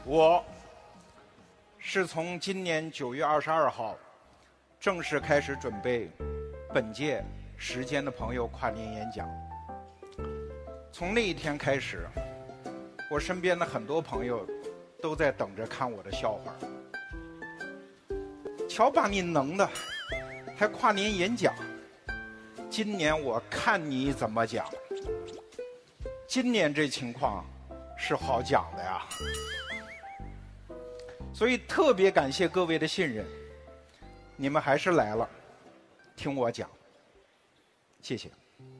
我是从今年9月22号正式开始准备本届时间的朋友跨年演讲。从那一天开始，我身边的很多朋友都在等着看我的笑话。瞧把你能的，还跨年演讲，今年我看你怎么讲。今年这情况是好讲的呀，所以特别感谢各位的信任，你们还是来了听我讲，谢谢。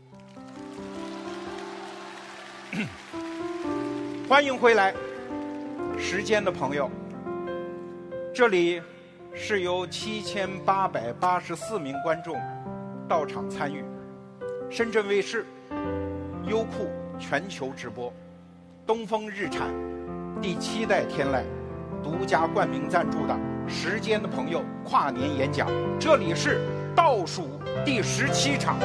欢迎回来时间的朋友，这里是由7884名观众到场参与，深圳卫视、优酷全球直播，东风日产第7代天籁独家冠名赞助的时间的朋友跨年演讲，这里是倒数第17场。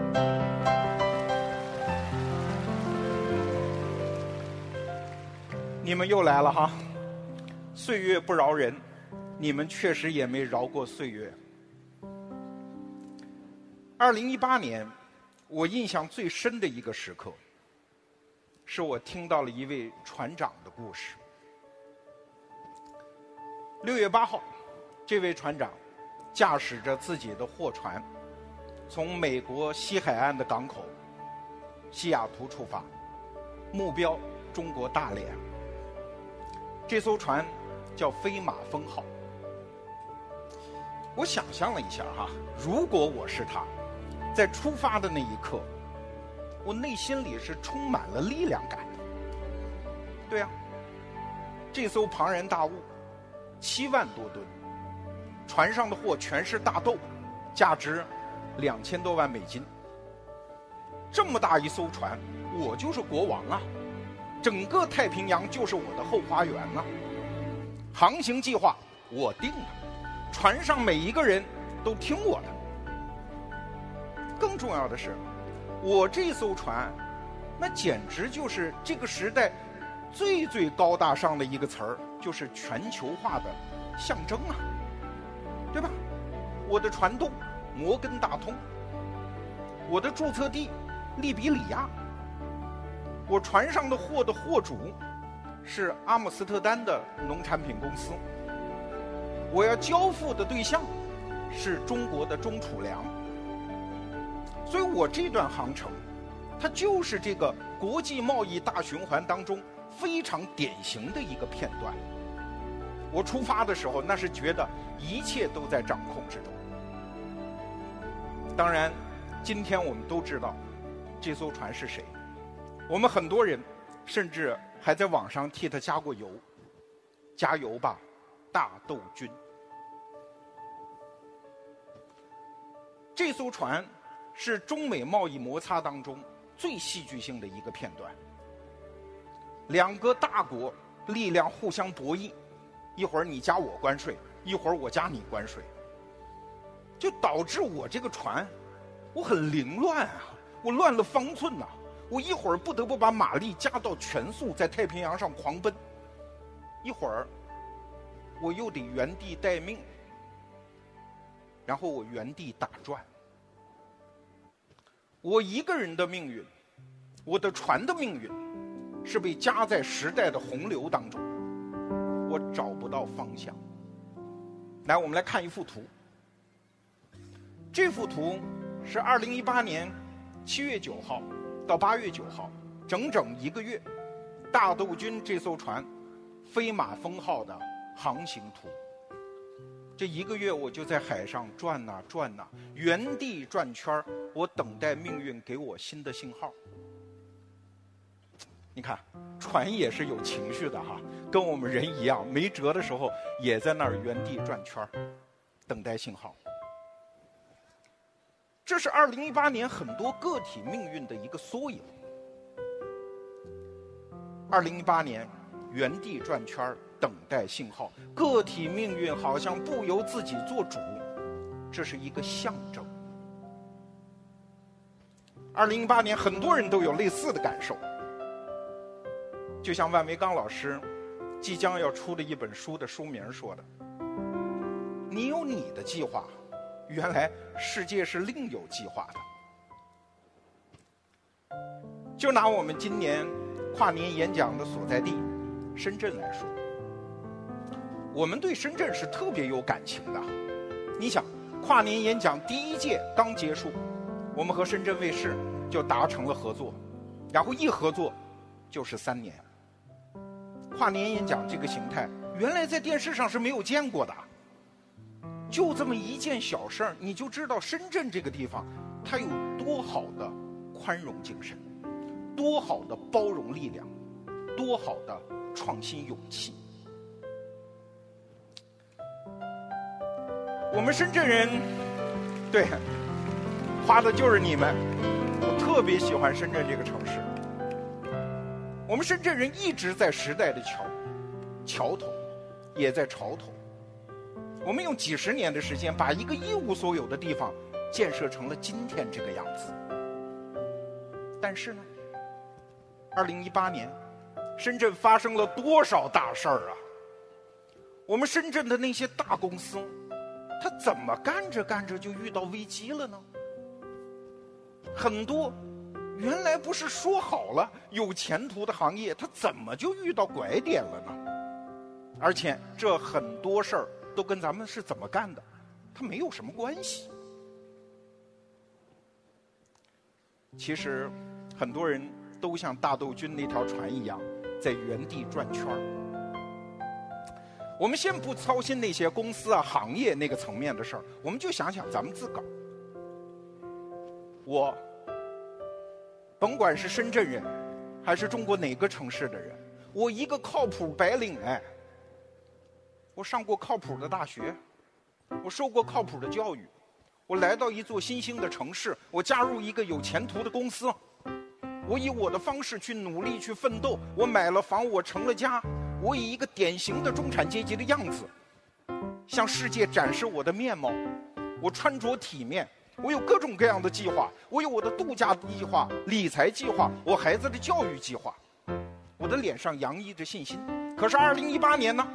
你们又来了哈，岁月不饶人，你们确实也没饶过岁月。2018年，我印象最深的一个时刻，是我听到了一位船长的故事。6月8号，这位船长驾驶着自己的货船，从美国西海岸的港口西雅图出发，目标中国大连。这艘船叫飞马风号。我想象了一下哈，如果我是他，在出发的那一刻，我内心里是充满了力量感的。对啊，这艘庞然大物7万多吨，船上的货全是大豆，价值2000多万美金。这么大一艘船，我就是国王啊，整个太平洋就是我的后花园啊。航行计划我定了，船上每一个人都听我的。更重要的是，我这艘船那简直就是这个时代最高大上的一个词儿，就是全球化的象征啊，对吧？我的船东摩根大通，我的注册地利比里亚，我船上的货的货主是阿姆斯特丹的农产品公司，我要交付的对象是中国的中储粮。所以我这段航程，它就是这个国际贸易大循环当中非常典型的一个片段。我出发的时候，那是觉得一切都在掌控之中。当然，今天我们都知道这艘船是谁，我们很多人甚至还在网上替他加过油，加油吧，大豆君。这艘船是中美贸易摩擦当中最戏剧性的一个片段。两个大国力量互相博弈，一会儿你加我关税，一会儿我加你关税，就导致我这个船我很凌乱啊，我乱了方寸啊。我一会儿不得不把马力加到全速，在太平洋上狂奔，一会儿我又得原地待命，然后我原地打转。我一个人的命运，我的船的命运，是被夹在时代的洪流当中，我找不到方向。来，我们来看一幅图。这幅图是2018年7月9号到8月9号，整整1个月，大豆君这艘船飞马风号的航行图。这1个月我就在海上转呐转呐，原地转圈，我等待命运给我新的信号。你看，船也是有情绪的哈，跟我们人一样，没辙的时候也在那儿原地转圈，等待信号。这是2018年很多个体命运的一个缩影。2018年原地转圈，等待信号，个体命运好像不由自己做主，这是一个象征。2018年很多人都有类似的感受，就像万维刚老师即将要出的一本书的书名说的。你有你的计划，原来世界是另有计划的。就拿我们今年跨年演讲的所在地深圳来说，我们对深圳是特别有感情的。你想，跨年演讲第1届刚结束，我们和深圳卫视就达成了合作，然后一合作就是3年。跨年演讲这个形态原来在电视上是没有见过的，就这么一件小事儿，你就知道深圳这个地方它有多好的宽容精神，多好的包容力量，多好的创新勇气。我们深圳人，对，夸的就是你们。我特别喜欢深圳这个城市。我们深圳人一直在时代的桥头，也在潮头。我们用几十年的时间，把一个一无所有的地方建设成了今天这个样子。但是呢，2018年，深圳发生了多少大事儿啊！我们深圳的那些大公司，它怎么干着干着就遇到危机了呢？很多原来不是说好了有前途的行业，它怎么就遇到拐点了呢？而且这很多事儿都跟咱们是怎么干的，它没有什么关系。其实很多人都像大豆菌那条船一样，在原地转圈儿。我们先不操心那些公司啊、行业那个层面的事儿，我们就想想咱们自个儿。我甭管是深圳人，还是中国哪个城市的人，我一个靠谱白领，我上过靠谱的大学，我受过靠谱的教育，我来到一座新兴的城市，我加入一个有前途的公司，我以我的方式去努力去奋斗，我买了房，我成了家，我以一个典型的中产阶级的样子向世界展示我的面貌，我穿着体面，我有各种各样的计划，我有我的度假计划、理财计划，我孩子的教育计划，我的脸上洋溢着信心。可是2018年呢，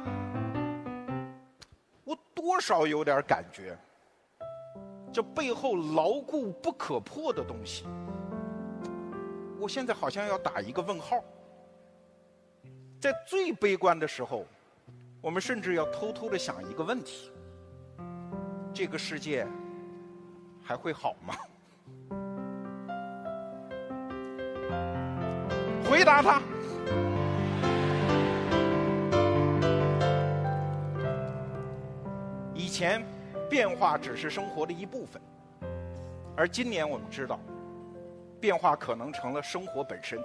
我多少有点感觉，这背后牢固不可破的东西，我现在好像要打一个问号。在最悲观的时候，我们甚至要偷偷的想一个问题：这个世界还会好吗？回答他。以前变化只是生活的一部分，而今年我们知道，变化可能成了生活本身。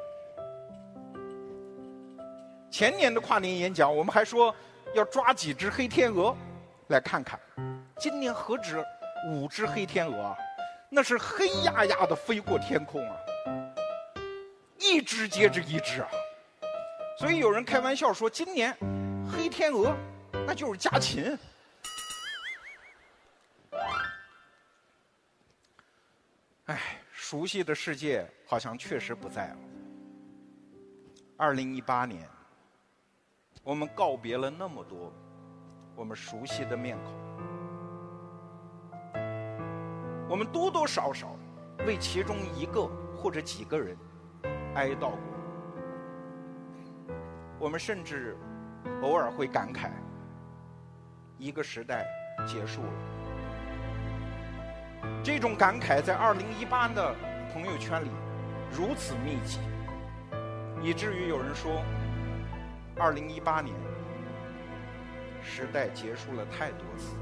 前年的跨年演讲，我们还说要抓几只黑天鹅来看看，今年何止5只黑天鹅啊，那是黑压压的飞过天空啊，一只接着一只啊。所以有人开玩笑说，今年黑天鹅那就是家禽。熟悉的世界好像确实不在了。2018年，我们告别了那么多我们熟悉的面孔，我们多多少少为其中一个或者几个人哀悼过，我们甚至偶尔会感慨，一个时代结束了。这种感慨在2018的朋友圈里如此密集，以至于有人说2018年时代结束了太多次。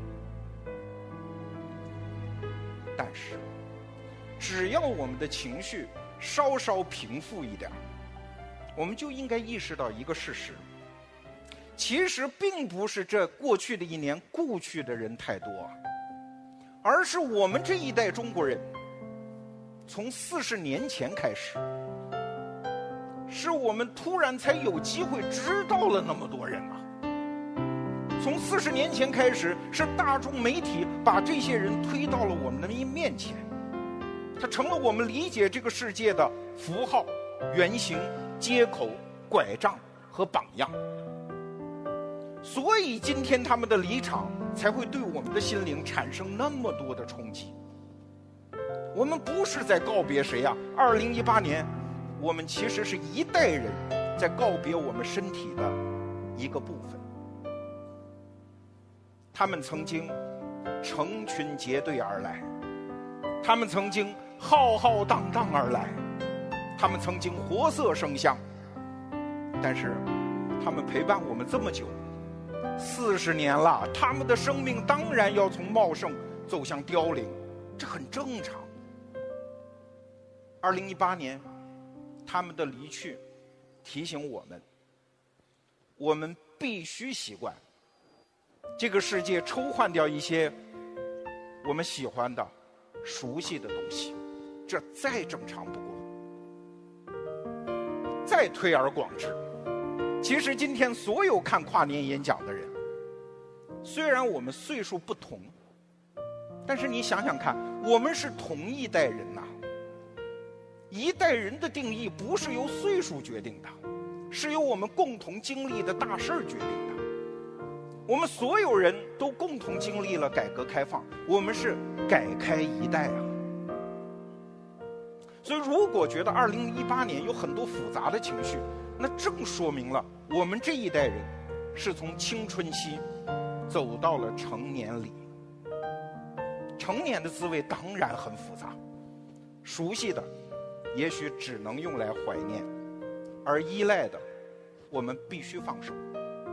但是只要我们的情绪稍稍平复一点，我们就应该意识到一个事实，其实并不是这过去的一年故去的人太多，而是我们这一代中国人从40年前开始，是我们突然才有机会知道了那么多人啊。从40年前开始，是大众媒体把这些人推到了我们的面前，它成了我们理解这个世界的符号、原型、接口、拐杖和榜样。 所以今天他们的离场才会对我们的心灵产生那么多的冲击。我们不是在告别谁啊？2018年，我们其实是一代人在告别我们身体的一个部分。他们曾经成群结队而来，他们曾经浩浩荡荡而来，他们曾经活色生香，但是他们陪伴我们这么久，40年了，他们的生命当然要从茂盛走向凋零，这很正常。2018年，他们的离去提醒我们必须习惯这个世界抽换掉一些我们喜欢的、熟悉的东西，这再正常不过。再推而广之，其实今天所有看跨年演讲的人，虽然我们岁数不同，但是你想想看，我们是同一代人呐。一代人的定义不是由岁数决定的，是由我们共同经历的大事决定的。我们所有人都共同经历了改革开放，我们是改开一代啊。所以如果觉得2018年有很多复杂的情绪，那正说明了我们这一代人是从青春期走到了成年里。成年的滋味当然很复杂，熟悉的也许只能用来怀念，而依赖的我们必须放手。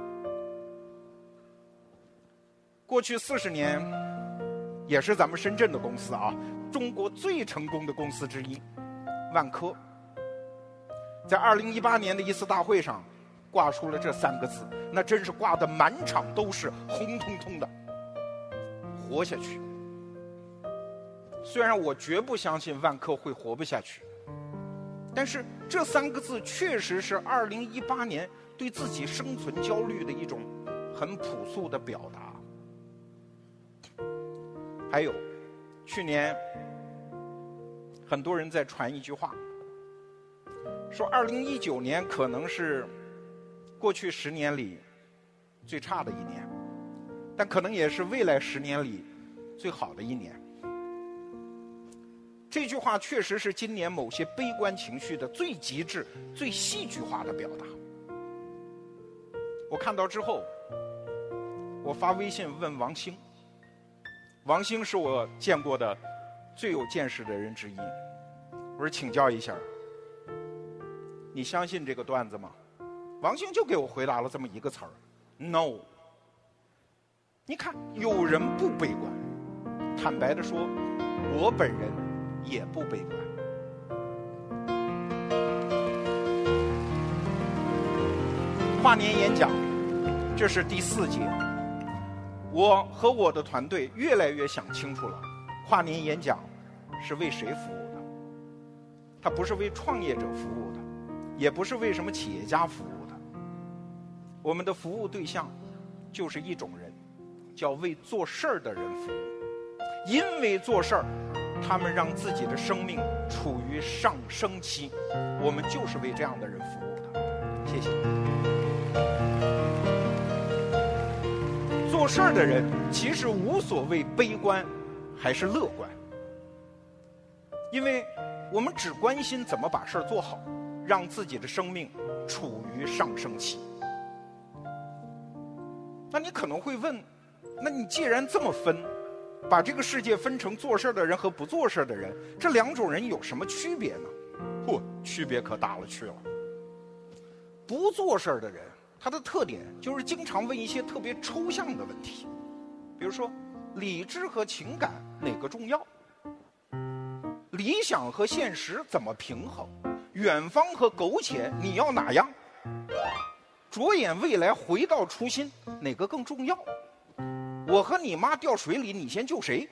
过去40年也是咱们深圳的公司啊，中国最成功的公司之一万科，在2018年的一次大会上挂出了这3个字，那真是挂得满场都是，红彤彤的，活下去。虽然我绝不相信万科会活不下去，但是这3个字确实是2018年对自己生存焦虑的一种很朴素的表达。还有，去年很多人在传一句话，说2019年可能是过去10年里最差的一年，但可能也是未来10年里最好的一年。这句话确实是今年某些悲观情绪的最极致、最戏剧化的表达。我看到之后，我发微信问王兴，王兴是我见过的最有见识的人之一，我说请教一下，你相信这个段子吗？王兴就给我回答了这么一个词儿 ：No。你看，有人不悲观，坦白的说，我本人也不悲观。跨年演讲，这是第4届。我和我的团队越来越想清楚了，跨年演讲是为谁服务的？它不是为创业者服务的，也不是为什么企业家服务的。我们的服务对象就是一种人，叫为做事儿的人服务。因为做事儿，他们让自己的生命处于上升期，我们就是为这样的人服务的。谢谢。做事儿的人其实无所谓悲观还是乐观，因为我们只关心怎么把事儿做好，让自己的生命处于上升期。那你可能会问，那你既然这么分，把这个世界分成做事的人和不做事的人，这2种人有什么区别呢？区别可大了去了。不做事的人，他的特点就是经常问一些特别抽象的问题，比如说理智和情感哪个重要？理想和现实怎么平衡？远方和苟且你要哪样？着眼未来，回到初心，哪个更重要？我和你妈掉水里，你先救谁？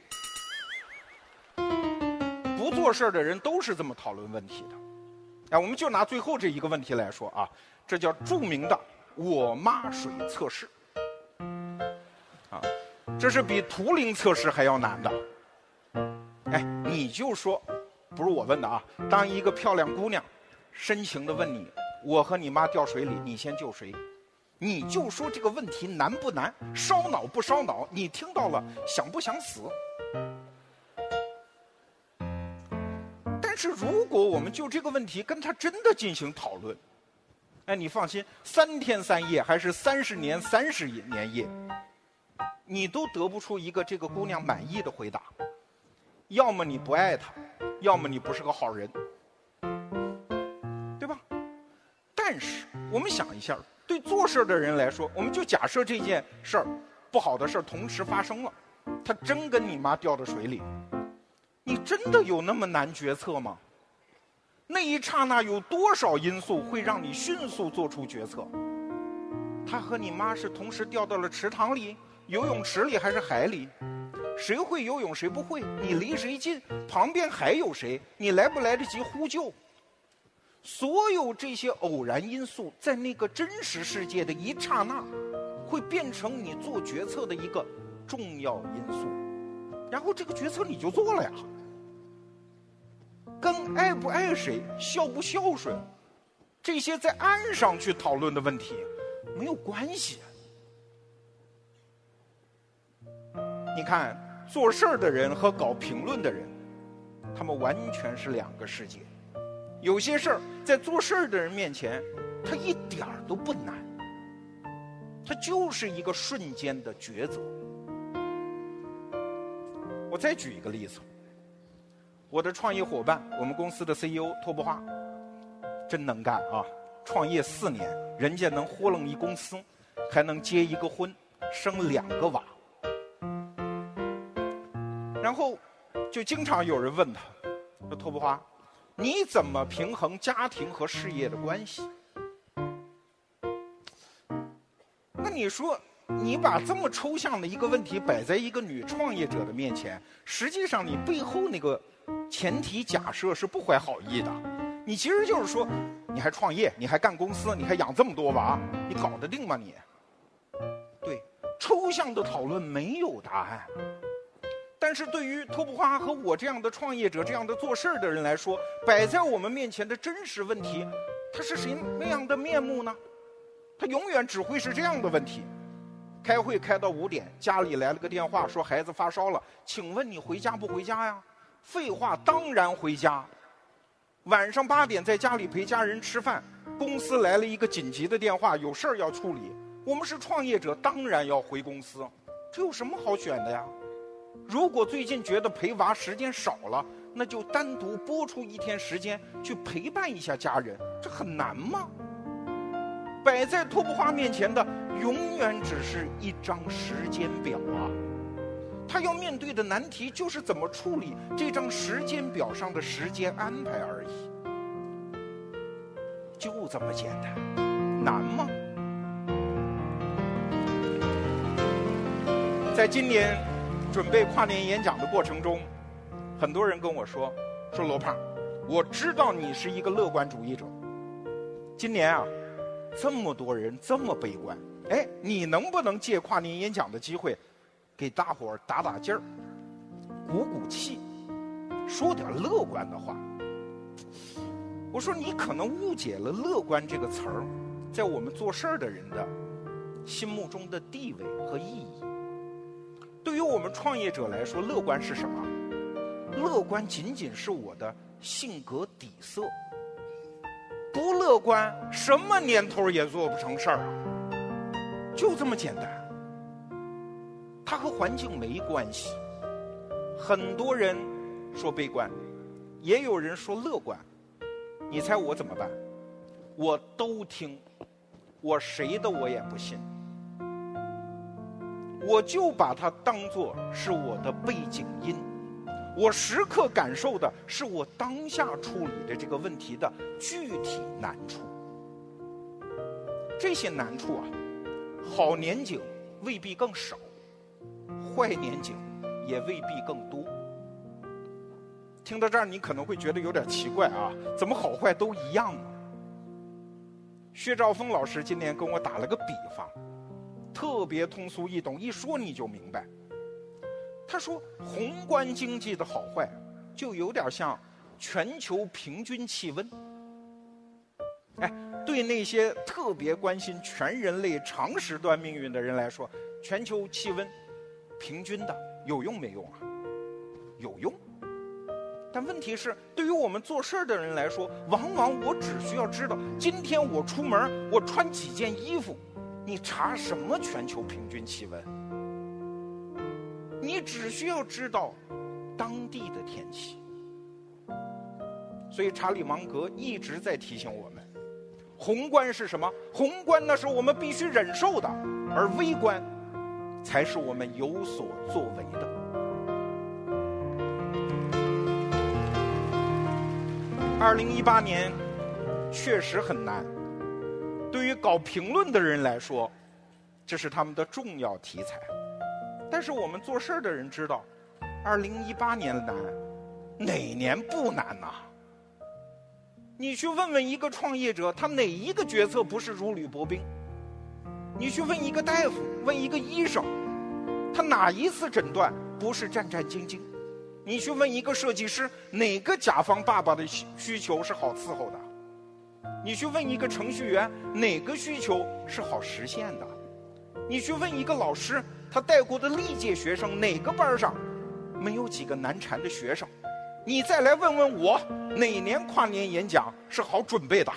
不做事的人都是这么讨论问题的。哎，我们就拿最后这一个问题来说啊，这叫著名的我妈水测试。啊，这是比图灵测试还要难的。哎，你就说，不是我问的啊，当一个漂亮姑娘深情地问你，我和你妈掉水里，你先救谁？ 你就说这个问题难不难，烧脑不烧脑，你听到了想不想死？但是如果我们就这个问题跟他真的进行讨论，哎，你放心，3天3夜还是30年30年夜，你都得不出一个这个姑娘满意的回答。要么你不爱她，要么你不是个好人，对吧？但是我们想一下，对做事的人来说，我们就假设这件事儿，不好的事儿同时发生了，他真跟你妈掉到水里，你真的有那么难决策吗？那一刹那有多少因素会让你迅速做出决策？他和你妈是同时掉到了池塘里、游泳池里还是海里？谁会游泳谁不会？你离谁近？旁边还有谁？你来不来得及呼救？所有这些偶然因素在那个真实世界的一刹那会变成你做决策的一个重要因素，然后这个决策你就做了呀。跟爱不爱谁、孝不孝顺，这些在岸上去讨论的问题没有关系。你看，做事儿的人和搞评论的人，他们完全是2个世界。有些事儿在做事儿的人面前，它一点儿都不难，它就是一个瞬间的抉择。我再举一个例子，我的创业伙伴，我们公司的 CEO 托布花，真能干啊！创业4年，人家能豁楞一公司，还能结一个婚，生2个娃。然后就经常有人问他说：“托布花，你怎么平衡家庭和事业的关系？”那你说，你把这么抽象的一个问题摆在一个女创业者的面前，实际上你背后那个前提假设是不怀好意的。你其实就是说，你还创业，你还干公司，你还养这么多娃，你搞得定吗你？对，抽象的讨论没有答案。但是对于托布花和我这样的创业者、这样的做事的人来说，摆在我们面前的真实问题，它是什么样的面目呢？它永远只会是这样的问题。开会开到5点，家里来了个电话，说孩子发烧了，请问你回家不回家呀？废话，当然回家。晚上8点在家里陪家人吃饭，公司来了一个紧急的电话，有事儿要处理，我们是创业者，当然要回公司，这有什么好选的呀？如果最近觉得陪娃时间少了，那就单独拨出1天时间去陪伴一下家人，这很难吗？摆在托布花面前的永远只是一张时间表啊，他要面对的难题就是怎么处理这张时间表上的时间安排而已，就这么简单，难吗？在今年准备跨年演讲的过程中，很多人跟我说罗胖，我知道你是一个乐观主义者，今年啊这么多人这么悲观，哎，你能不能借跨年演讲的机会给大伙儿打打劲儿，鼓鼓气，说点乐观的话？我说你可能误解了乐观这个词儿在我们做事儿的人的心目中的地位和意义。对于我们创业者来说，乐观是什么？乐观仅仅是我的性格底色。不乐观，什么年头也做不成事儿啊，就这么简单。它和环境没关系。很多人说悲观，也有人说乐观，你猜我怎么办？我都听，我谁的我也不信，我就把它当作是我的背景音，我时刻感受的是我当下处理的这个问题的具体难处。这些难处啊，好年景未必更少，坏年景也未必更多。听到这儿你可能会觉得有点奇怪啊，怎么好坏都一样呢？薛兆丰老师今年跟我打了个比方，特别通俗易懂，一说你就明白。他说宏观经济的好坏就有点像全球平均气温。哎， 对那些特别关心全人类长时段命运的人来说，全球气温平均的有用没用啊？有用。但问题是，对于我们做事的人来说，往往我只需要知道今天我出门我穿几件衣服，你查什么全球平均气温？你只需要知道当地的天气。所以查理芒格一直在提醒我们，宏观是什么？宏观那是我们必须忍受的，而微观才是我们有所作为的。2018年确实很难，对于搞评论的人来说，这是他们的重要题材。但是我们做事的人知道，2018年难，哪年不难呐？你去问问一个创业者，他哪一个决策不是如履薄冰？你去问一个大夫，问一个医生，他哪一次诊断不是战战兢兢？你去问一个设计师，哪个甲方爸爸的需求是好伺候的？你去问一个程序员，哪个需求是好实现的？你去问一个老师，他带过的历届学生哪个班上没有几个难缠的学生？你再来问问我，哪年跨年演讲是好准备的？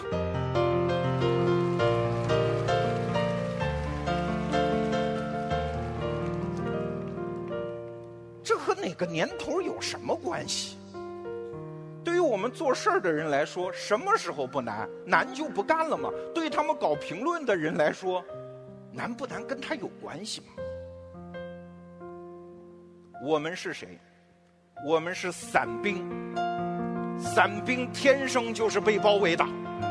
这和哪个年头有什么关系？对于我们做事的人来说，什么时候不难？难就不干了吗？对于他们搞评论的人来说，难不难跟他有关系吗？我们是谁？我们是伞兵，伞兵天生就是被包围的。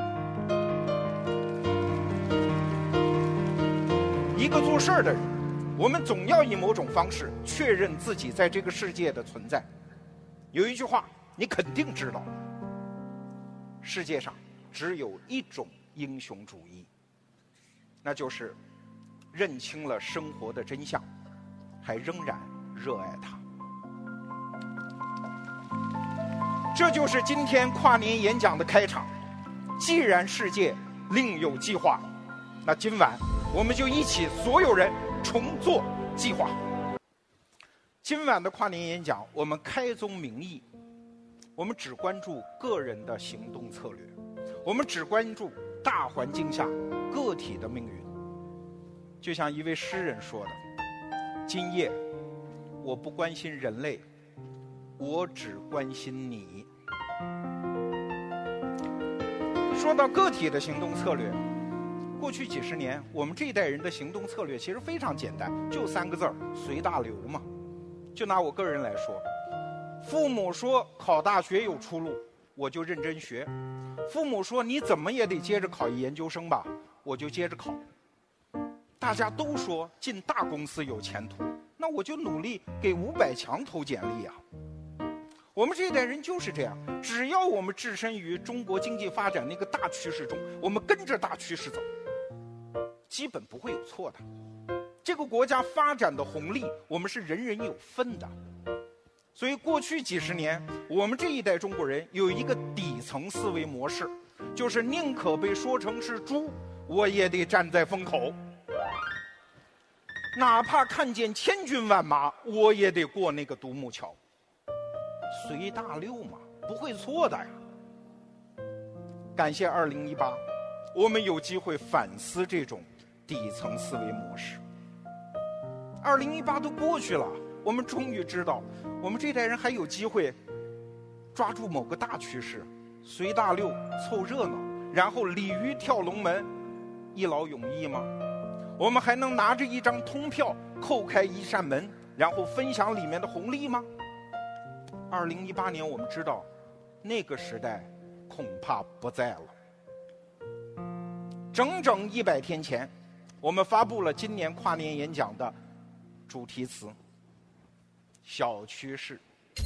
一个做事的人，我们总要以某种方式确认自己在这个世界的存在。有一句话你肯定知道，世界上只有一种英雄主义，那就是认清了生活的真相，还仍然热爱它。这就是今天跨年演讲的开场。既然世界另有计划，那今晚我们就一起所有人重做计划。今晚的跨年演讲，我们开宗明义，我们只关注个人的行动策略，我们只关注大环境下个体的命运。就像一位诗人说的，今夜我不关心人类，我只关心你。说到个体的行动策略，过去几十年我们这一代人的行动策略其实非常简单，就3个字儿：随大流嘛。就拿我个人来说，父母说考大学有出路，我就认真学；父母说你怎么也得接着考一研究生吧，我就接着考。大家都说进大公司有前途，那我就努力给500强投简历啊。我们这一代人就是这样，只要我们置身于中国经济发展那个大趋势中，我们跟着大趋势走，基本不会有错的。这个国家发展的红利，我们是人人有份的。所以过去几十年，我们这一代中国人有一个底层思维模式，就是宁可被说成是猪，我也得站在风口。哪怕看见千军万马，我也得过那个独木桥。随大溜嘛，不会错的呀。感谢2018，我们有机会反思这种底层思维模式。2018都过去了，我们终于知道，我们这代人还有机会抓住某个大趋势，随大溜凑热闹，然后鲤鱼跳龙门，一劳永逸吗？我们还能拿着一张通票叩开一扇门，然后分享里面的红利吗？2018年我们知道，那个时代恐怕不在了。整整100天前，我们发布了今年跨年演讲的主题词：小趋势。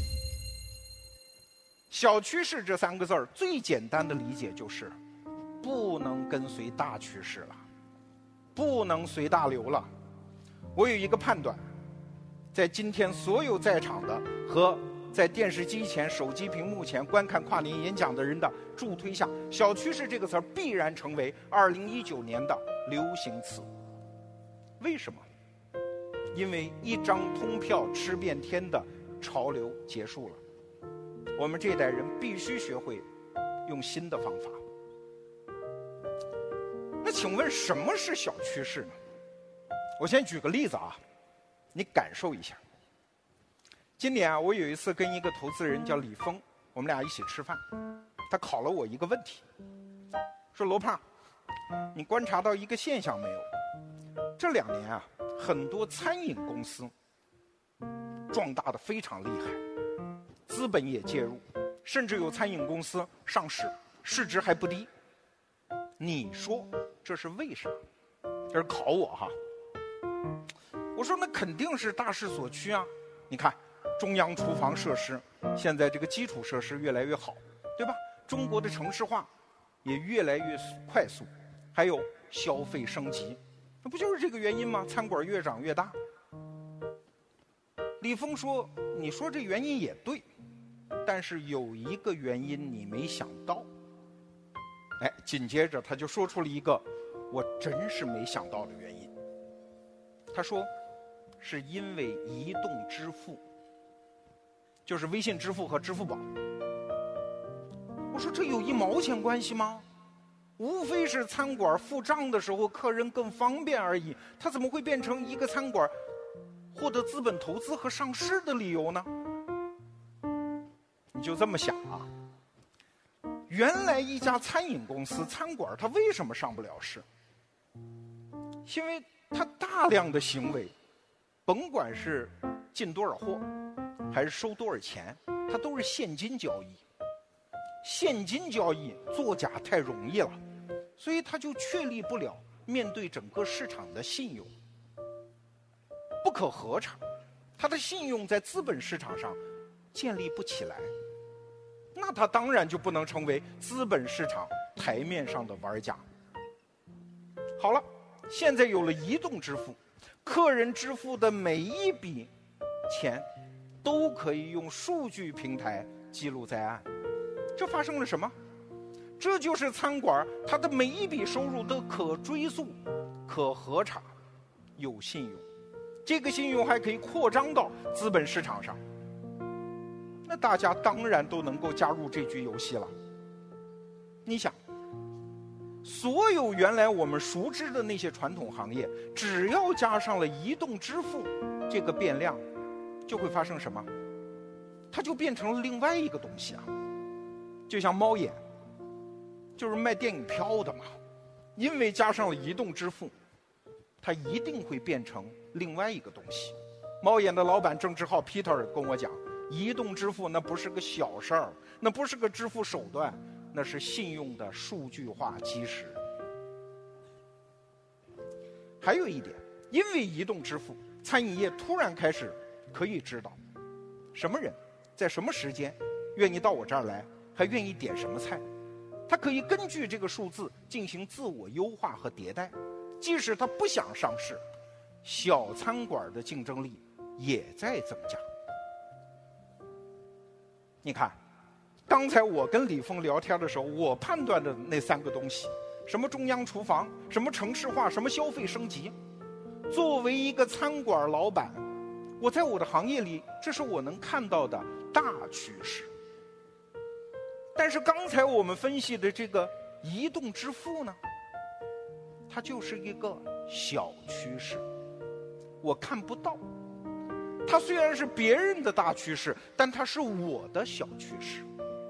小趋势这3个字儿，最简单的理解就是，不能跟随大趋势了，不能随大流了。我有一个判断，在今天所有在场的和在电视机前、手机屏幕前观看跨年演讲的人的助推下，小趋势这个词儿必然成为2019年的流行词。为什么？因为一张通票吃遍天的潮流结束了，我们这代人必须学会用新的方法。那请问什么是小趋势呢？我先举个例子啊，你感受一下。今年啊，我有一次跟一个投资人叫李峰，我们俩一起吃饭，他考了我一个问题，说罗胖，你观察到一个现象没有？这2年啊，很多餐饮公司壮大的非常厉害，资本也介入，甚至有餐饮公司上市，市值还不低。你说这是为什么？这是考我哈。我说那肯定是大势所趋啊，你看中央厨房设施现在这个基础设施越来越好，对吧？中国的城市化也越来越快速，还有消费升级，那不就是这个原因吗？餐馆越长越大。李峰说，你说这原因也对，但是有一个原因你没想到。哎，紧接着他就说出了一个我真是没想到的原因。他说是因为移动支付，就是微信支付和支付宝。我说这有1毛钱关系吗？无非是餐馆付账的时候客人更方便而已，它怎么会变成一个餐馆获得资本投资和上市的理由呢？你就这么想啊，原来一家餐饮公司餐馆它为什么上不了市？因为它大量的行为，甭管是进多少货还是收多少钱，它都是现金交易。现金交易作假太容易了，所以它就确立不了面对整个市场的信用，不可核查，它的信用在资本市场上建立不起来，那它当然就不能成为资本市场台面上的玩家。好了，现在有了移动支付，客人支付的每一笔钱都可以用数据平台记录在案。这发生了什么？这就是餐馆它的每一笔收入都可追溯、可核查、有信用，这个信用还可以扩张到资本市场上。那大家当然都能够加入这局游戏了。你想，所有原来我们熟知的那些传统行业，只要加上了移动支付这个变量，就会发生什么？它就变成了另外一个东西啊。就像猫眼，就是卖电影票的嘛，因为加上了移动支付，它一定会变成另外一个东西。猫眼的老板郑志浩 Peter 跟我讲，移动支付那不是个小事儿，那不是个支付手段，那是信用的数据化基石。还有一点，因为移动支付，餐饮业突然开始可以知道什么人在什么时间愿意到我这儿来，还愿意点什么菜，他可以根据这个数字进行自我优化和迭代。即使他不想上市，小餐馆的竞争力也在增加。你看，刚才我跟李峰聊天的时候，我判断的那3个东西，什么中央厨房，什么城市化，什么消费升级，作为一个餐馆老板，我在我的行业里，这是我能看到的大趋势。但是刚才我们分析的这个移动支付呢，它就是一个小趋势，我看不到。它虽然是别人的大趋势，但它是我的小趋势。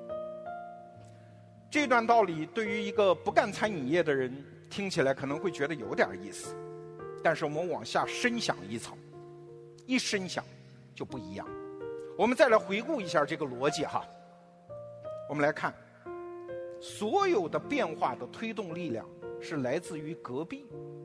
这段道理对于一个不干餐饮业的人听起来可能会觉得有点意思，但是我们往下深想一层，一深想就不一样。我们再来回顾一下这个逻辑哈。我们来看，所有的变化的推动力量是来自于隔壁。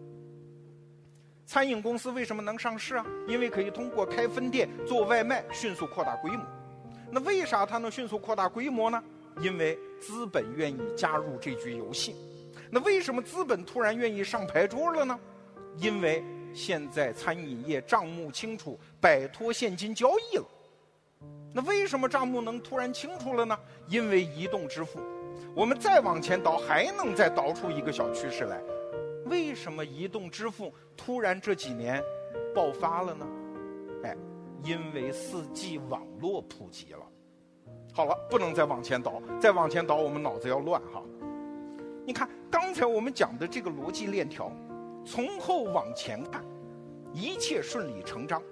餐饮公司为什么能上市啊？因为可以通过开分店、做外卖迅速扩大规模。那为啥它能迅速扩大规模呢？因为资本愿意加入这局游戏。那为什么资本突然愿意上牌桌了呢？因为现在餐饮业账目清楚，摆脱现金交易了。 那为什么账目能突然清楚了呢？因为移动支付。我们再往前倒，还能再倒出一个小趋势来。为什么移动支付突然这几年爆发了呢？因为4G 网络普及了。好了，不能再往前倒，再往前倒我们脑子要乱哈。你看刚才我们讲的这个逻辑链条，从后往前看，一切顺理成章。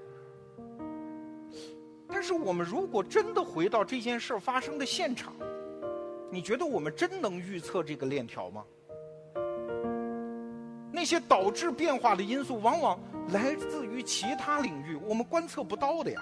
但是我们如果真的回到这件事发生的现场，你觉得我们真能预测这个链条吗？那些导致变化的因素往往来自于其他领域我们观测不到的呀。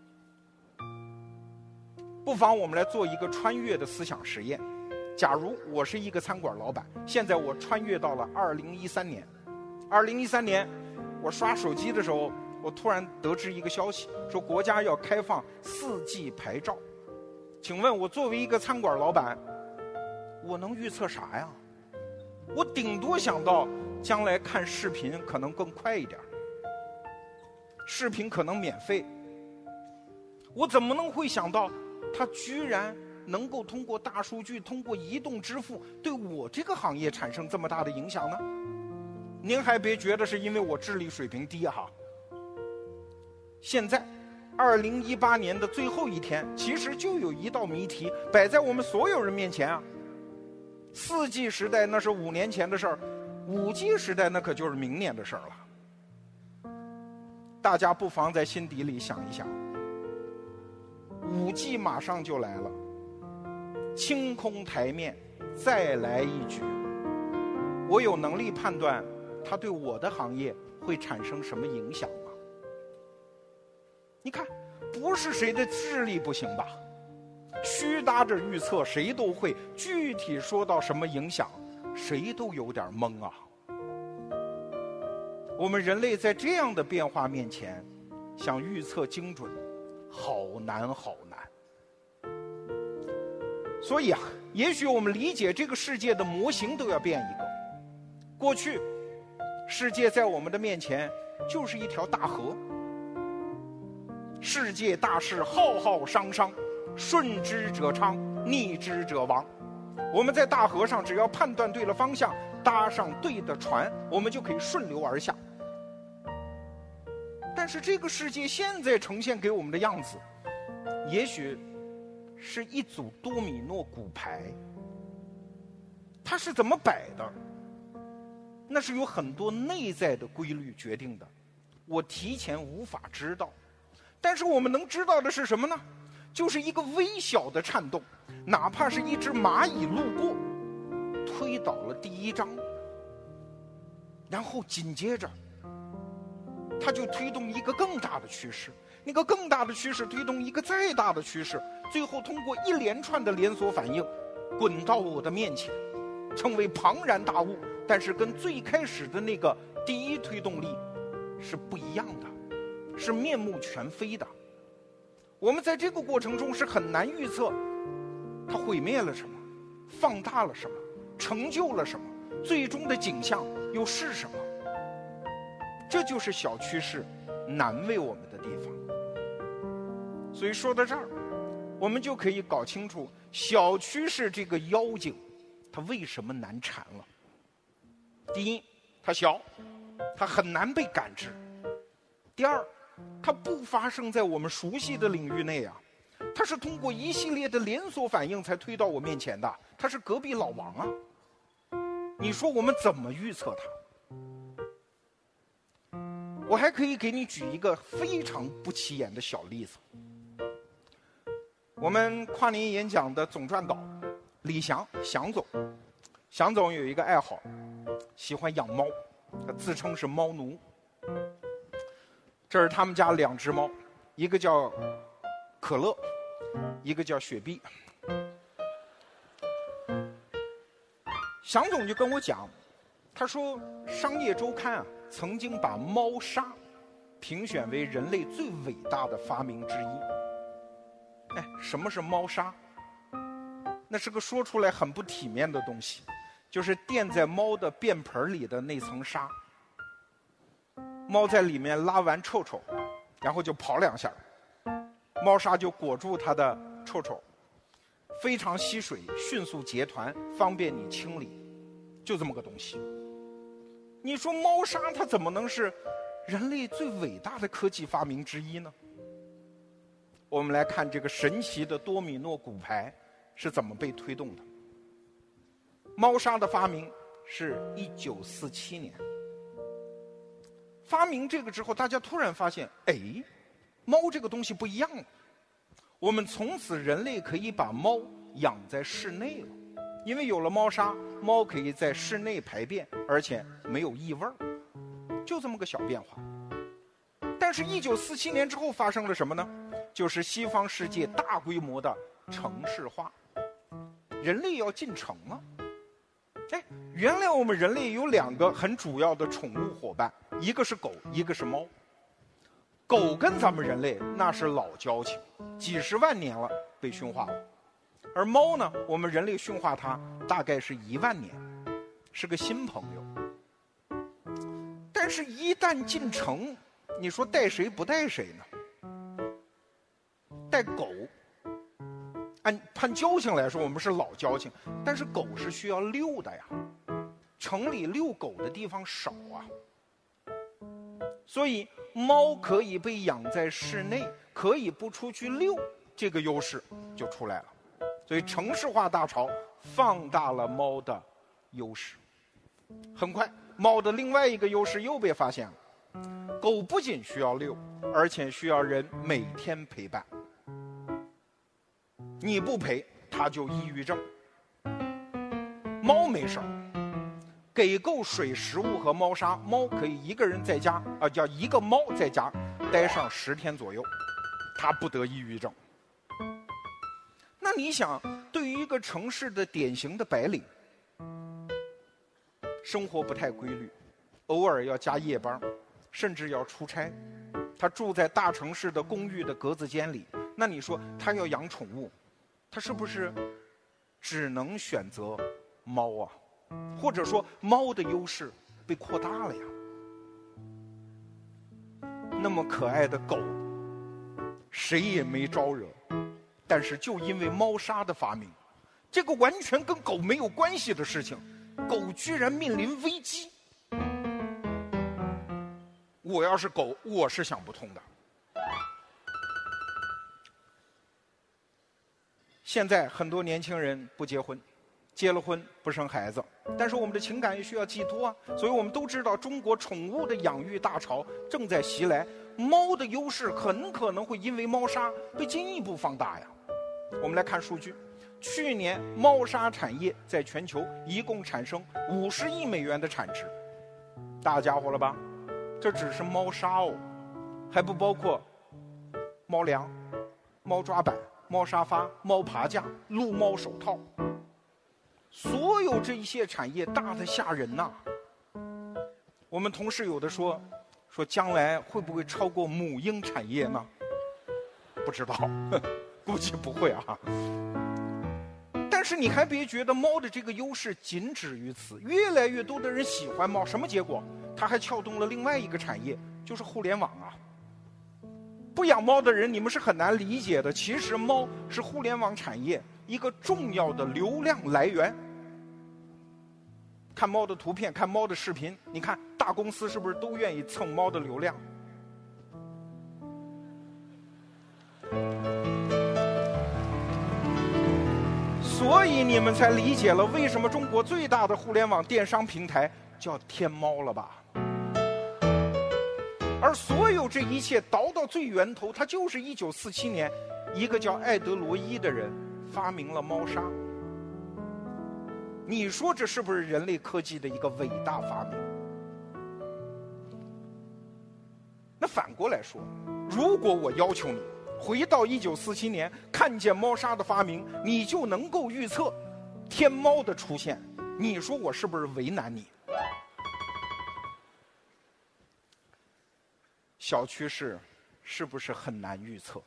不妨我们来做一个穿越的思想实验。假如我是一个餐馆老板，现在我穿越到了2013年。2013年我刷手机的时候，我突然得知一个消息，说国家要开放4G 牌照。请问我作为一个餐馆老板，我能预测啥呀？我顶多想到将来看视频可能更快一点，视频可能免费。我怎么能会想到它居然能够通过大数据，通过移动支付对我这个行业产生这么大的影响呢？您还别觉得是因为我智力水平低哈。现在2018年的最后一天，其实就有一道谜题摆在我们所有人面前啊。4G 时代那是5年前的事儿，5G 时代那可就是明年的事儿了。大家不妨在心底里想一想，5G 马上就来了，清空台面，再来一局。我有能力判断它对我的行业会产生什么影响吗？你看，不是谁的智力不行吧？虚搭着预测谁都会，具体说到什么影响，谁都有点懵啊。我们人类在这样的变化面前，想预测精准，好难好难。所以啊，也许我们理解这个世界的模型都要变一个。过去，世界在我们的面前就是一条大河，世界大事浩浩汤汤，顺之者昌，逆之者亡。我们在大河上只要判断对了方向，搭上对的船，我们就可以顺流而下。但是这个世界现在呈现给我们的样子，也许是一组多米诺骨牌。它是怎么摆的？那是有很多内在的规律决定的，我提前无法知道。但是我们能知道的是什么呢？就是一个微小的颤动，哪怕是一只蚂蚁路过，推倒了第一张，然后紧接着它就推动一个更大的趋势，那个更大的趋势推动一个再大的趋势，最后通过一连串的连锁反应滚到我的面前，成为庞然大物，但是跟最开始的那个第一推动力是不一样的，是面目全非的。我们在这个过程中是很难预测它毁灭了什么，放大了什么，成就了什么，最终的景象又是什么。这就是小趋势难为我们的地方。所以说到这儿，我们就可以搞清楚小趋势这个妖精它为什么难缠了。第一，它小，它很难被感知。第二，它不发生在我们熟悉的领域内啊，它是通过一系列的连锁反应才推到我面前的，它是隔壁老王啊。你说我们怎么预测它？我还可以给你举一个非常不起眼的小例子。我们跨年演讲的总撰稿李翔翔总有一个爱好，喜欢养猫，他自称是猫奴。这是他们家2只猫，一个叫可乐，一个叫雪碧。翔总就跟我讲，他说《商业周刊》啊曾经把猫砂评选为人类最伟大的发明之一。哎，什么是猫砂？那是个说出来很不体面的东西，就是垫在猫的便盆里的那层沙。猫在里面拉完臭臭，然后就跑2下， 猫砂就裹住它的臭臭，非常吸水，迅速结团，方便你清理，就这么个东西。你说猫砂它怎么能是人类最伟大的科技发明之一呢？我们来看这个神奇的多米诺骨牌是怎么被推动的。猫砂的发明是1947年，发明这个之后，大家突然发现，猫这个东西不一样了。我们从此人类可以把猫养在室内了，因为有了猫砂，猫可以在室内排便，而且没有异味儿，就这么个小变化。但是1947年之后发生了什么呢？就是西方世界大规模的城市化，人类要进城了。原来我们人类有2个很主要的宠物伙伴，一个是狗，一个是猫。狗跟咱们人类那是老交情，几十万年了被驯化了。而猫呢，我们人类驯化它大概是1万年，是个新朋友。但是一旦进城，你说带谁不带谁呢？带狗，按交情来说，我们是老交情，但是狗是需要遛的呀，城里遛狗的地方少啊。所以猫可以被养在室内，可以不出去遛，这个优势就出来了。所以城市化大潮放大了猫的优势。很快，猫的另外一个优势又被发现了。狗不仅需要遛，而且需要人每天陪伴。你不陪，它就抑郁症。猫没事儿，给够水、食物和猫砂，猫可以一个人在家叫一个猫在家待上10天左右，它不得抑郁症。那你想，对于一个城市的典型的白领，生活不太规律，偶尔要加夜班，甚至要出差，他住在大城市的公寓的格子间里，那你说他要养宠物，他是不是只能选择猫啊？或者说猫的优势被扩大了呀？那么可爱的狗，谁也没招惹，但是就因为猫砂的发明，这个完全跟狗没有关系的事情，狗居然面临危机。我要是狗，我是想不通的。现在很多年轻人不结婚，结了婚不生孩子，但是我们的情感也需要寄托啊。所以我们都知道，中国宠物的养育大潮正在袭来，猫的优势很可能会因为猫砂被进一步放大呀。我们来看数据，去年猫砂产业在全球一共产生50亿美元的产值，大家伙了吧？这只是猫砂哦，还不包括猫粮、猫抓板、猫沙发、猫爬架、撸猫手套，所有这一些产业大得吓人呐。我们同事有的说将来会不会超过母婴产业呢？不知道，估计不会啊。但是你还别觉得猫的这个优势仅止于此，越来越多的人喜欢猫，什么结果？它还撬动了另外一个产业，就是互联网啊。不养猫的人，你们是很难理解的。其实猫是互联网产业一个重要的流量来源。看猫的图片，看猫的视频，你看大公司是不是都愿意蹭猫的流量？所以你们才理解了为什么中国最大的互联网电商平台叫天猫了吧？而所有这一切倒到最源头，它就是1947年一个叫艾德罗伊的人发明了猫砂。你说这是不是人类科技的一个伟大发明？那反过来说，如果我要求你回到1947年，看见猫砂的发明，你就能够预测天猫的出现，你说我是不是为难你？小趋势是不是很难预测？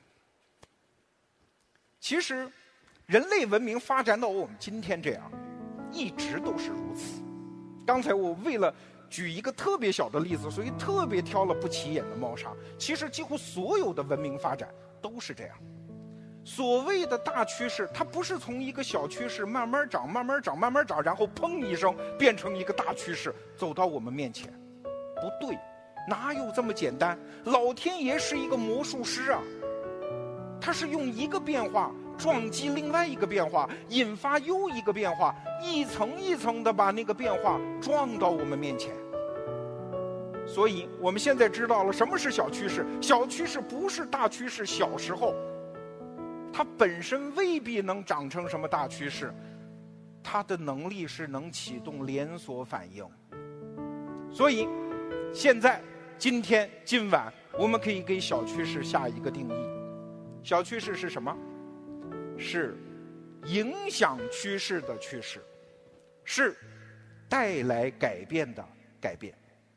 其实人类文明发展到我们今天这样，一直都是如此。刚才我为了举一个特别小的例子，所以特别挑了不起眼的猫砂。其实几乎所有的文明发展都是这样。所谓的大趋势，它不是从一个小趋势慢慢涨、慢慢涨、慢慢涨，然后砰一声变成一个大趋势走到我们面前，不对，哪有这么简单？老天爷是一个魔术师啊，他是用一个变化撞击另外一个变化，引发又一个变化，一层一层的把那个变化撞到我们面前。所以我们现在知道了什么是小趋势。小趋势不是大趋势小时候，它本身未必能长成什么大趋势，它的能力是能启动连锁反应。所以现在今天今晚我们可以给小趋势下一个定义。小趋势是什么？是影响趋势的趋势，是带来改变的改变。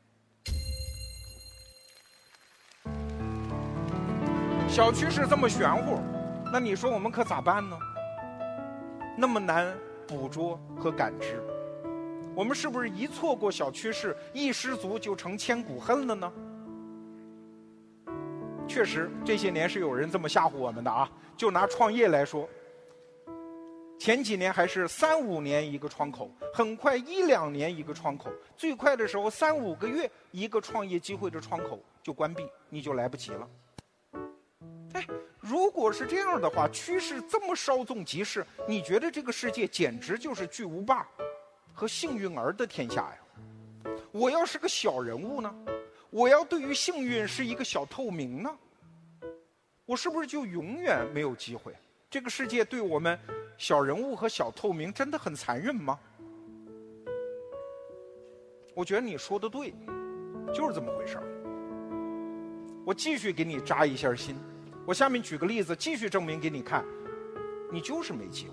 小趋势这么玄乎，那你说我们可咋办呢？那么难捕捉和感知，我们是不是一错过小趋势，一失足就成千古恨了呢？确实这些年是有人这么吓唬我们的啊。就拿创业来说，前几年还是3、5年一个窗口，很快1、2年一个窗口，最快的时候3、5个月一个创业机会的窗口就关闭，你就来不及了。如果是这样的话，趋势这么稍纵即逝，你觉得这个世界简直就是巨无霸和幸运儿的天下呀。我要是个小人物呢？我要对于幸运是一个小透明呢？我是不是就永远没有机会？这个世界对我们小人物和小透明真的很残忍吗？我觉得你说的对，就是这么回事儿。我继续给你扎一下心，我下面举个例子，继续证明给你看，你就是没机会。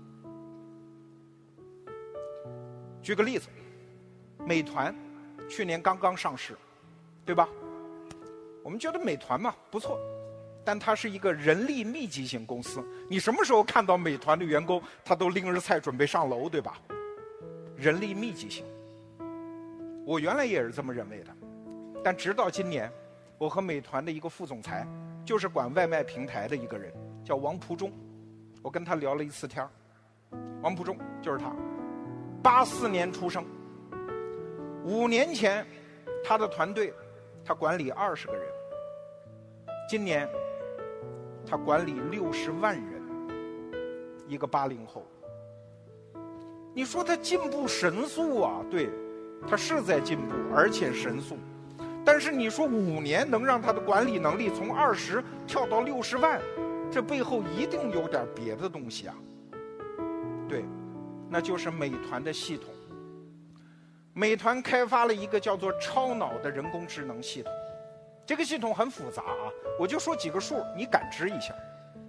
举个例子，美团去年刚刚上市，对吧？我们觉得美团嘛不错，但它是一个人力密集型公司，你什么时候看到美团的员工他都拎着菜准备上楼，对吧？人力密集型，我原来也是这么认为的，但直到今年，我和美团的一个副总裁，就是管外卖平台的一个人，叫王蒲忠，我跟他聊了一次天。王蒲忠就是他，84年出生，5年前他的团队他管理20个人，今年他管理60万人，一个80后。你说他进步神速啊，对，他是在进步，而且神速。但是你说5年能让他的管理能力从20跳到60万，这背后一定有点别的东西啊。对，那就是美团的系统。美团开发了一个叫做超脑的人工智能系统，这个系统很复杂啊，我就说几个数，你感知一下。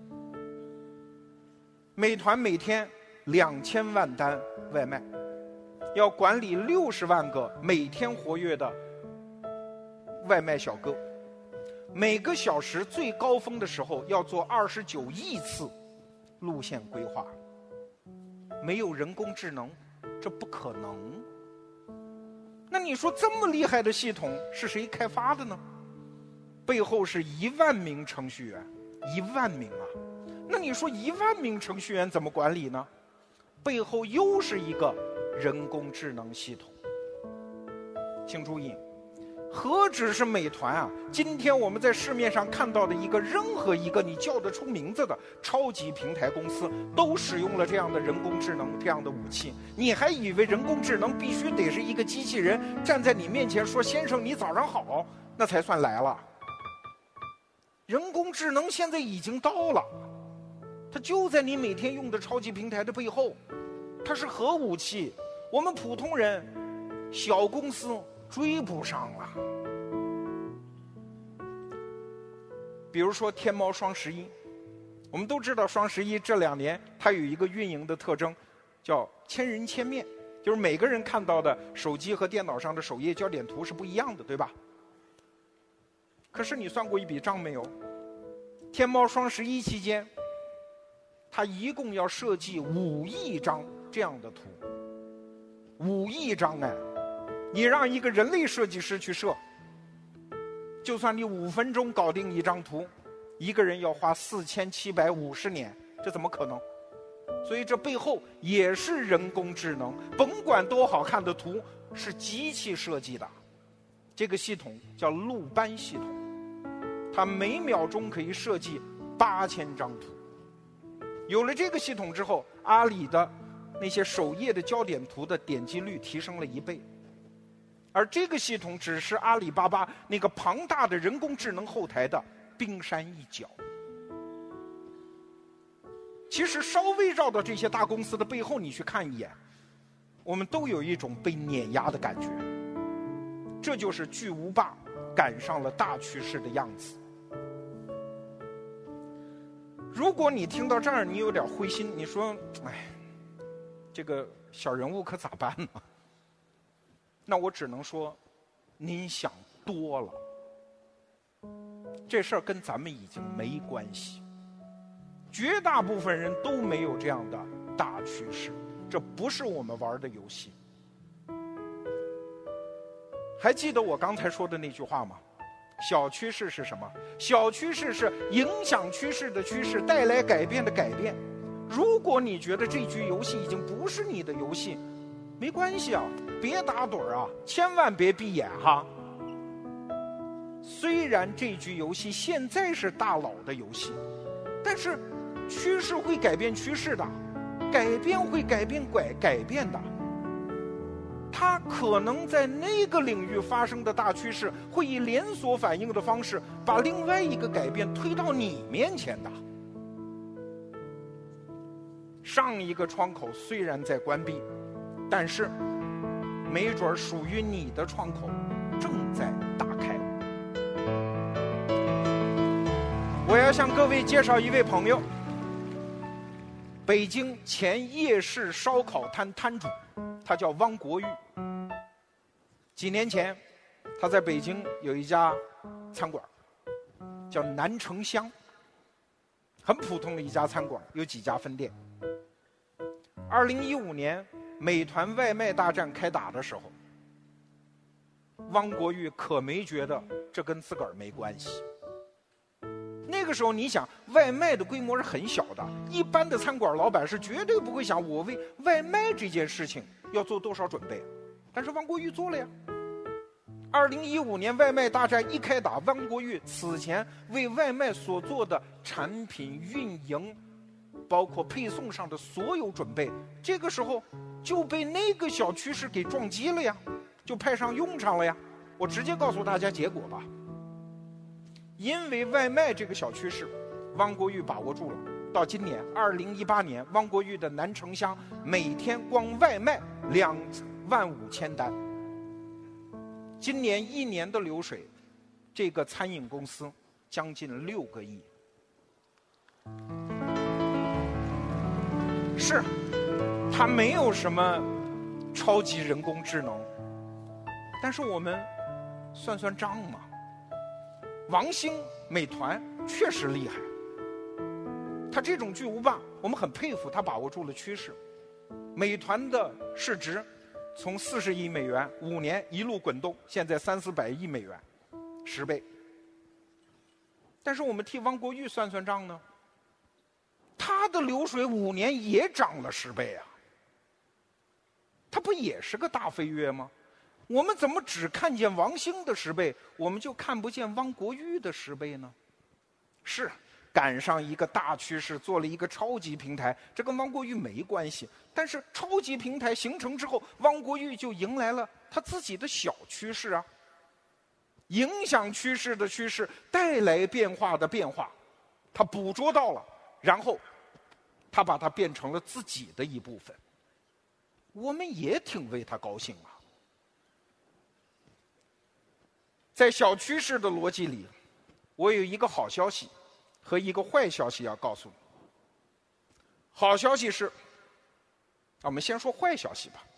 美团每天2000万单外卖，要管理60万个每天活跃的外卖小哥，每个小时最高峰的时候要做29亿次路线规划。没有人工智能，这不可能。那你说这么厉害的系统是谁开发的呢？背后是1万名程序员，1万名啊！那你说1万名程序员怎么管理呢？背后又是一个人工智能系统。请注意，何止是美团啊！今天我们在市面上看到的任何一个你叫得出名字的超级平台公司，都使用了这样的人工智能，这样的武器。你还以为人工智能必须得是一个机器人站在你面前说先生你早上好，那才算来了？人工智能现在已经到了，它就在你每天用的超级平台的背后，它是核武器，我们普通人小公司追不上了。比如说天猫双11，我们都知道双11这2年它有一个运营的特征，叫千人千面，就是每个人看到的手机和电脑上的首页焦点图是不一样的，对吧？可是你算过一笔账没有？天猫双11期间，它一共要设计5亿张这样的图，5亿张哎！你让一个人类设计师去设，就算你5分钟搞定一张图， 一个人要花4750年，这怎么可能？所以这背后也是人工智能，甭管多好看的图，是机器设计的。这个系统叫路斑系统，它每秒钟可以设计8000张图。有了这个系统之后，阿里的那些首页的焦点图的点击率提升了1倍。而这个系统只是阿里巴巴那个庞大的人工智能后台的冰山一角。其实稍微绕到这些大公司的背后，你去看一眼，我们都有一种被碾压的感觉。这就是巨无霸赶上了大趋势的样子。如果你听到这儿，你有点灰心，你说，哎，这个小人物可咋办呢？那我只能说，您想多了。这事儿跟咱们已经没关系。绝大部分人都没有这样的大趋势，这不是我们玩的游戏。还记得我刚才说的那句话吗？小趋势是什么？小趋势是影响趋势的趋势，带来改变的改变。如果你觉得这局游戏已经不是你的游戏，没关系啊，别打盹啊，千万别闭眼哈。虽然这局游戏现在是大佬的游戏，但是趋势会改变趋势的，改变会改变改变的。它可能在那个领域发生的大趋势，会以连锁反应的方式，把另外一个改变推到你面前的。上一个窗口虽然在关闭，但是没准属于你的窗口正在打开。我要向各位介绍一位朋友，北京前夜市烧烤摊摊主，他叫汪国玉。几年前，他在北京有一家餐馆，叫南城香，很普通的一家餐馆，有几家分店。2015年，美团外卖大战开打的时候，汪国玉可没觉得这跟自个儿没关系。那个时候，你想，外卖的规模是很小的，一般的餐馆老板是绝对不会想我为外卖这件事情要做多少准备，但是汪国玉做了呀。2015年外卖大战一开打，汪国玉此前为外卖所做的产品运营，包括配送上的所有准备，这个时候就被那个小趋势给撞击了呀，就派上用场了呀。我直接告诉大家结果吧。因为外卖这个小趋势，汪国玉把握住了。到今年2018年，汪国玉的南城香每天光外卖25000单。今年1年的流水，这个餐饮公司将近6个亿。是，它没有什么超级人工智能，但是我们算算账嘛。王兴、美团确实厉害，他这种巨无霸，我们很佩服，他把握住了趋势。美团的市值从40亿美元5年一路滚动，现在300-400亿美元，10倍。但是我们替汪国玉算算账呢，他的流水5年也涨了10倍啊，他不也是个大飞跃吗？我们怎么只看见王兴的10倍，我们就看不见汪国玉的10倍呢？是赶上一个大趋势，做了一个超级平台，这跟汪国玉没关系。但是超级平台形成之后，汪国玉就迎来了他自己的小趋势啊，影响趋势的趋势，带来变化的变化，他捕捉到了，然后他把它变成了自己的一部分。我们也挺为他高兴啊。在小趋势的逻辑里，我有一个好消息和一个坏消息要告诉你。好消息是，我们先说坏消息吧。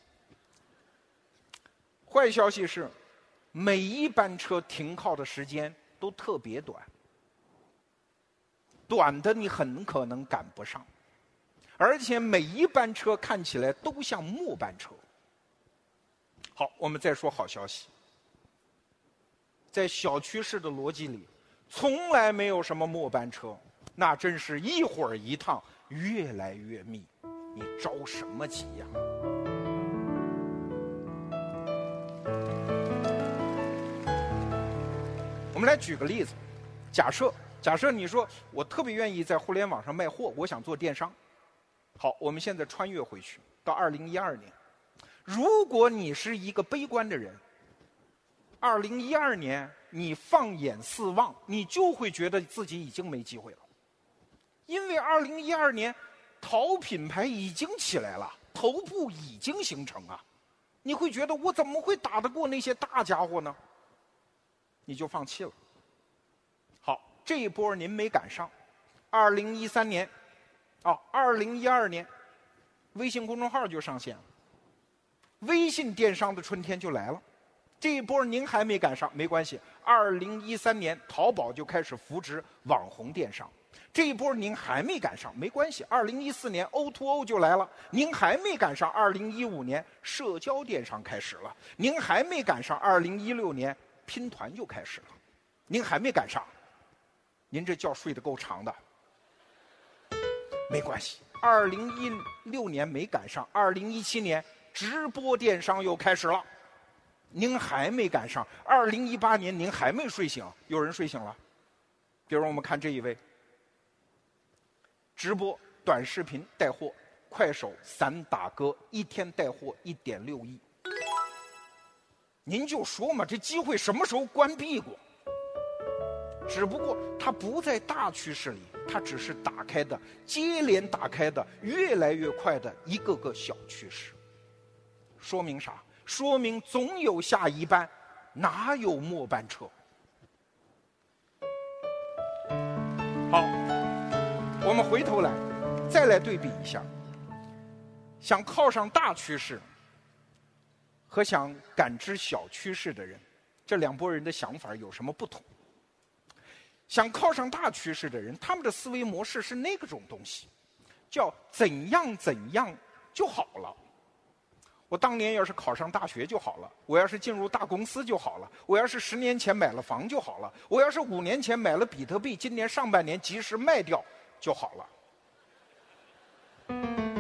坏消息是，每一班车停靠的时间都特别短，短的你很可能赶不上，而且每一班车看起来都像末班车。好，我们再说好消息。在小趋势的逻辑里， 从来没有什么末班车，那真是一会儿一趟，越来越密，你着什么急呀？我们来举个例子，假设你说我特别愿意在互联网上卖货，我想做电商。好，我们现在穿越回去到2012年，如果你是一个悲观的人，2012年你放眼四望，你就会觉得自己已经没机会了。因为2012年淘品牌已经起来了，头部已经形成啊，你会觉得我怎么会打得过那些大家伙呢？你就放弃了。好，这一波您没赶上。2013年，2012年微信公众号就上线了，微信电商的春天就来了。这一波您还没赶上，没关系。2013年淘宝就开始扶植网红电商，这一波您还没赶上，没关系。2014年 O2O 就来了，您还没赶上。2015年社交电商开始了，您还没赶上。2016年拼团就开始了，您还没赶上。您这觉睡得够长的，没关系。2016年没赶上，2017年直播电商又开始了，您还没赶上。2018年您还没睡醒，有人睡醒了。比如我们看这一位，直播短视频带货，快手散打歌，一天带货1.6亿。您就说嘛，这机会什么时候关闭过？只不过它不在大趋势里，它只是打开的，接连打开的，越来越快的一个个小趋势。说明啥？说明总有下一班，哪有末班车？好，我们回头来再来对比一下，想靠上大趋势和想感知小趋势的人，这两拨人的想法有什么不同？想靠上大趋势的人，他们的思维模式是那种东西，叫怎样怎样就好了。我当年要是考上大学就好了，我要是进入大公司就好了，我要是10年前买了房就好了，我要是5年前买了比特币，今年上半年及时卖掉就好了。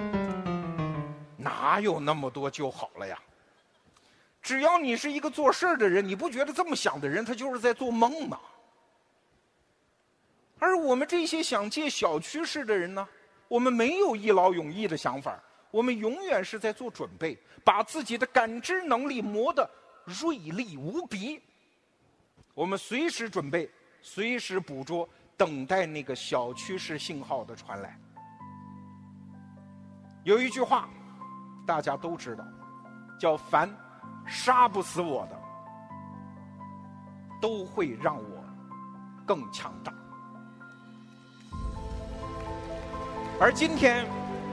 哪有那么多就好了呀？只要你是一个做事的人，你不觉得这么想的人他就是在做梦吗？而我们这些想借小趋势的人呢，我们没有一劳永逸的想法，我们永远是在做准备，把自己的感知能力磨得锐利无比。我们随时准备，随时捕捉，等待那个小趋势信号的传来。有一句话大家都知道，叫凡杀不死我的，都会让我更强大。而今天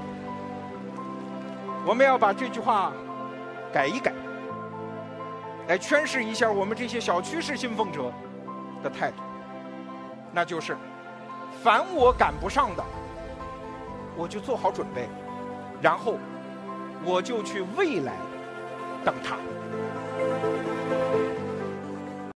我们要把这句话改一改，来诠释一下我们这些小趋势信奉者的态度，那就是凡我赶不上的，我就做好准备，然后我就去未来等它。